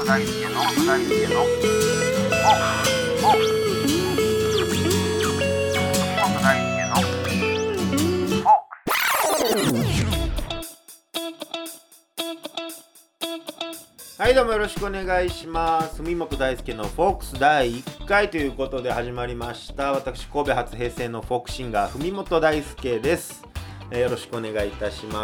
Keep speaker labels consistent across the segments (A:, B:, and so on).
A: 大輔のフォはい、どうもよろしくお願いします。文本大輔のフォークス第1回ということで始まりました。私、神戸発平成のフォークシンガー文本大輔です。よろしくお願いいたします。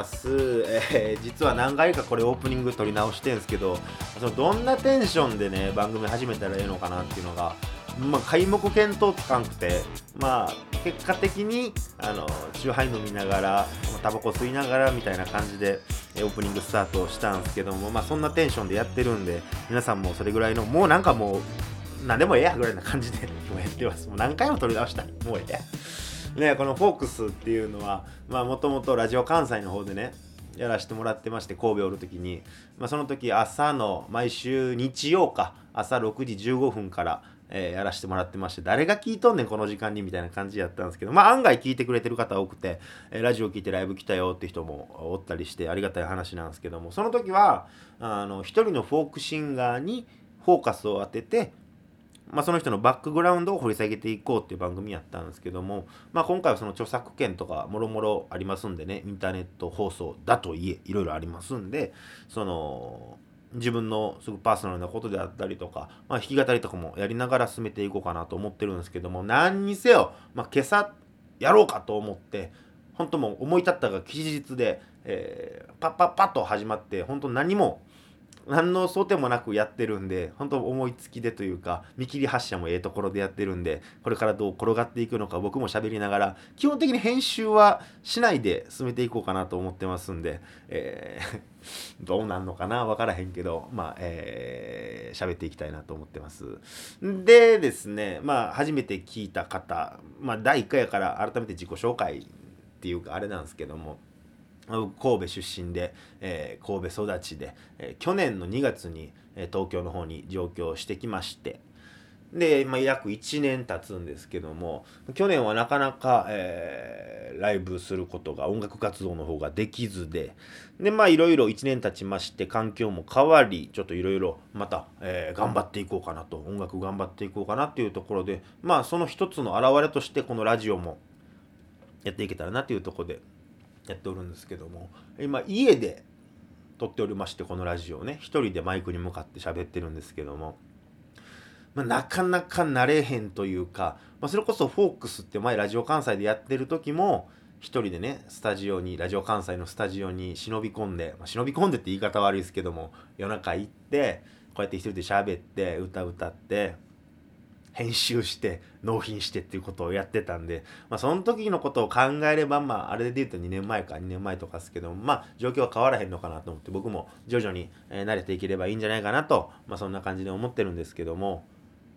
A: 実は何回かこれオープニング撮り直してるんですけど、どんなテンションでね番組始めたらいいのかなっていうのが皆目見当つかんくて、結果的にチューハイ飲みながらタバコ吸いながらみたいな感じでオープニングスタートしたんですけども、そんなテンションでやってるんで、皆さんもそれぐらいのもう何でもええやぐらいな感じでもうやってます。もう何回も撮り直したもうええやね。このフォークスっていうのはもともとラジオ関西の方でねやらせてもらってまして、神戸おるときに、その時朝の毎週日曜か朝6時15分からやらせてもらってまして、誰が聞いとんねんこの時間にみたいな感じやったんですけど、案外聞いてくれてる方多くて、ラジオ聞いてライブ来たよって人もおったりしてありがたい話なんですけども、その時は一人のフォークシンガーにフォーカスを当てて、その人のバックグラウンドを掘り下げていこうっていう番組やったんですけども、今回はその著作権とかもろもろありますんでね、インターネット放送だといえいろいろありますんで、自分のすごくパーソナルなことであったりとか、弾き語りとかもやりながら進めていこうかなと思ってるんですけども、何にせよ、今朝やろうかと思って本当もう思い立ったが吉日で、パッと始まって、本当何の想定もなくやってるんで、本当思いつきでというか見切り発車もええところでやってるんで、これからどう転がっていくのか僕も喋りながら、基本的に編集はしないで進めていこうかなと思ってますんで、どうなんのかな分からへんけど、喋っていきたいなと思ってます。でですね、初めて聞いた方、第1回やから改めて自己紹介っていうかあれなんですけども、神戸出身で、神戸育ちで、去年の2月に、東京の方に上京してきまして、で、約1年経つんですけども、去年はなかなか、ライブすることが、音楽活動の方ができずで、いろいろ1年経ちまして環境も変わり、ちょっといろいろまた、頑張っていこうかなと、音楽頑張っていこうかなっていうところで、その一つの表れとしてこのラジオもやっていけたらなというところでやっておるんですけども、今家で撮っておりまして、このラジオをね一人でマイクに向かって喋ってるんですけども、なかなか慣れへんというか、それこそフォークスって前ラジオ関西でやってる時も一人でねラジオ関西のスタジオに忍び込んでって言い方悪いですけども、夜中行ってこうやって一人で喋って歌って編集して納品してっていうことをやってたんで、その時のことを考えれば、あれで言うと2年前とかですけども、状況は変わらへんのかなと思って、僕も徐々に慣れていければいいんじゃないかなと、そんな感じで思ってるんですけども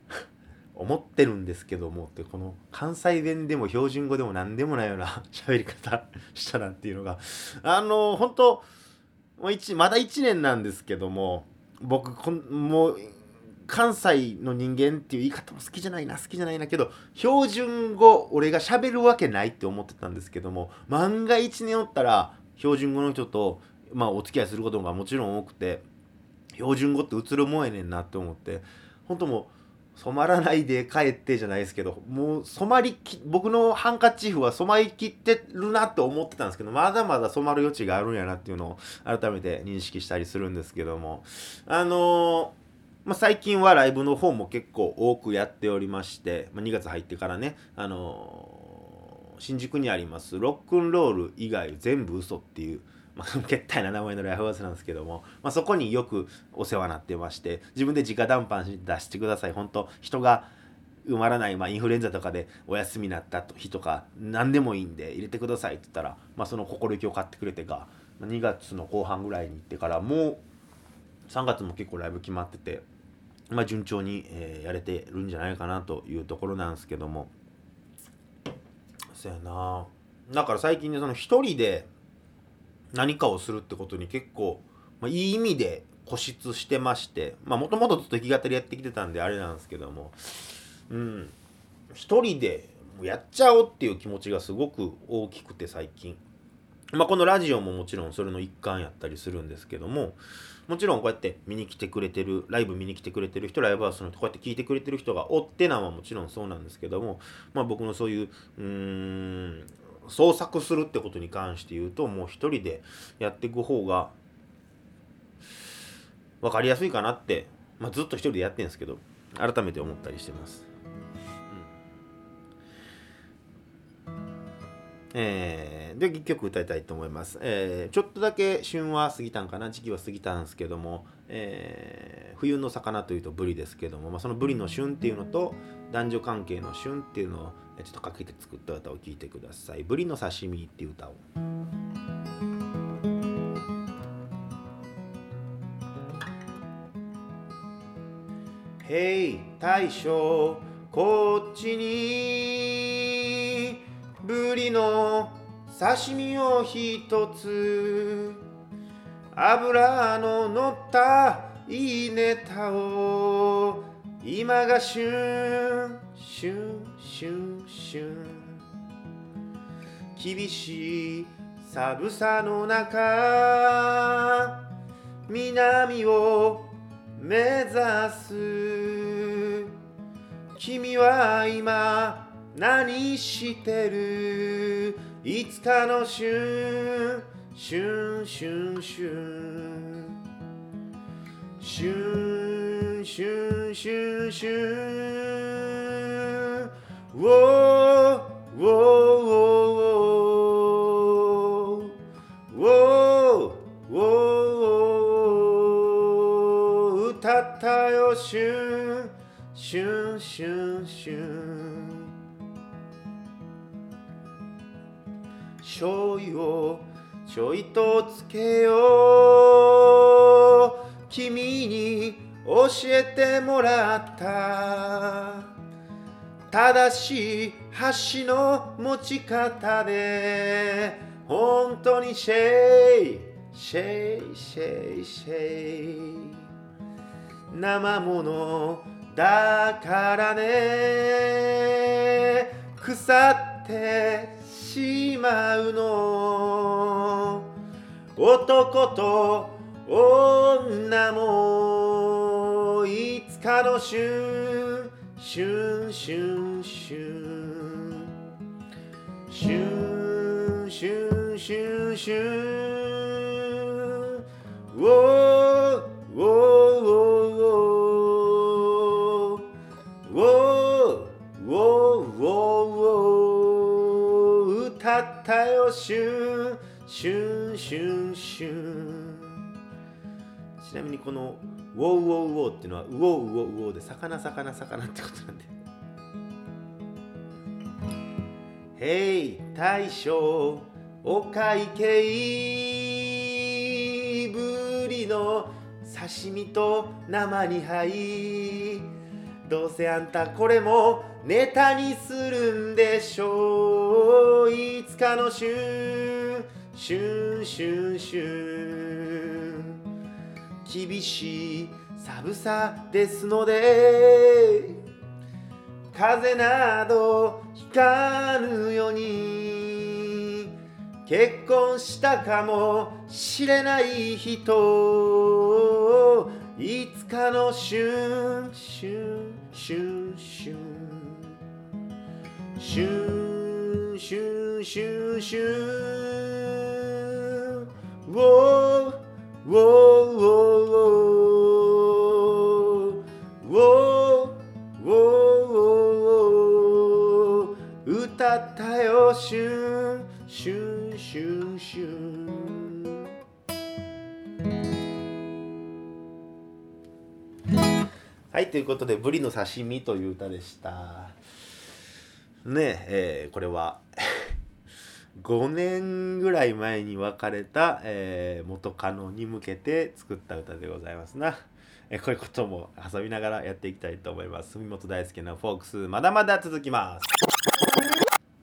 A: ってこの関西弁でも標準語でも何でもないような喋り方したなっていうのが本当まだ1年なんですけども、僕もう関西の人間っていう言い方も好きじゃないなけど、標準語俺が喋るわけないって思ってたんですけども、万が一年おったら標準語の人とお付き合いすることがもちろん多くて、標準語って映るもんやねんなって思って、本当もう染まらないで帰ってじゃないですけど、もう僕のハンカチーフは染まりきってるなって思ってたんですけど、まだまだ染まる余地があるんやなっていうのを改めて認識したりするんですけども、最近はライブの方も結構多くやっておりまして、2月入ってからね、新宿にありますロックンロール以外全部嘘っていう、けったいな名前のライブハウスなんですけども、そこによくお世話になってまして、自分で直談判して出してください、本当人が埋まらない、インフルエンザとかでお休みになった日とか何でもいいんで入れてくださいって言ったら、その心意気を買ってくれてが、2月の後半ぐらいに行ってから、もう3月も結構ライブ決まってて、順調に、やれてるんじゃないかなというところなんですけども、そうやな、だから最近ね、その一人で何かをするってことに結構、いい意味で固執してまして、もともとずっと弾き語りやってきてたんであれなんですけども、一人でやっちゃおうっていう気持ちがすごく大きくて、最近このラジオももちろんそれの一環やったりするんですけども、もちろんこうやって見に来てくれてる、ライブ見に来てくれてる人、ライブハウスの人、こうやって聞いてくれてる人がおってなんはもちろんそうなんですけども、僕のそういう創作するってことに関して言うと、もう一人でやっていく方が分かりやすいかなって、ずっと一人でやってるんですけど、改めて思ったりしてます。で1曲歌いたいと思います。ちょっとだけ旬は過ぎたんかな、時期は過ぎたんですけども、冬の魚というとブリですけども、そのブリの旬っていうのと男女関係の旬っていうのをちょっとかけて作った歌を聴いてください。ブリの刺身っていう歌を。へい大将こっちにブリの刺身を一つ、脂の乗ったいいネタを、今が旬旬旬旬、厳しい寒さの中南を目指す、君は今何してる、いつかの旬旬旬旬旬旬旬旬、ウォーウォーウォーウォーウォーウォー、歌ったよ旬旬旬旬、醤油をちょいとつけよう、君に教えてもらった正しい箸の持ち方で、本当にシェイシェイシェイシェイ、生ものだからね、腐ってしまうの、男と女もいつかの旬旬旬旬旬旬旬旬、ウォーウォーウォーウォーウォーウォーウォー、歌ったよ旬旬旬旬。ちなみにこのウォーウォーウォーっていうのはウォーウォーウォーで魚魚魚ってことなんで、へい大将お会計、ブリの刺身と生にはいどうせあんたこれもネタにするんでしょう、いつかの旬旬旬旬、厳しい寒さですので風邪などひかぬように、結婚したかもしれない人、いつかの旬旬旬旬旬旬旬旬、ウォーウォーウォーウォーウォーウォーウォー、歌ったよ旬旬旬旬。はい、ということでブリの刺身という歌でしたね。これは5年ぐらい前に別れた、元カノに向けて作った歌でございますな。こういうことも遊びながらやっていきたいと思います。文本大輔のフォークスまだまだ続きます。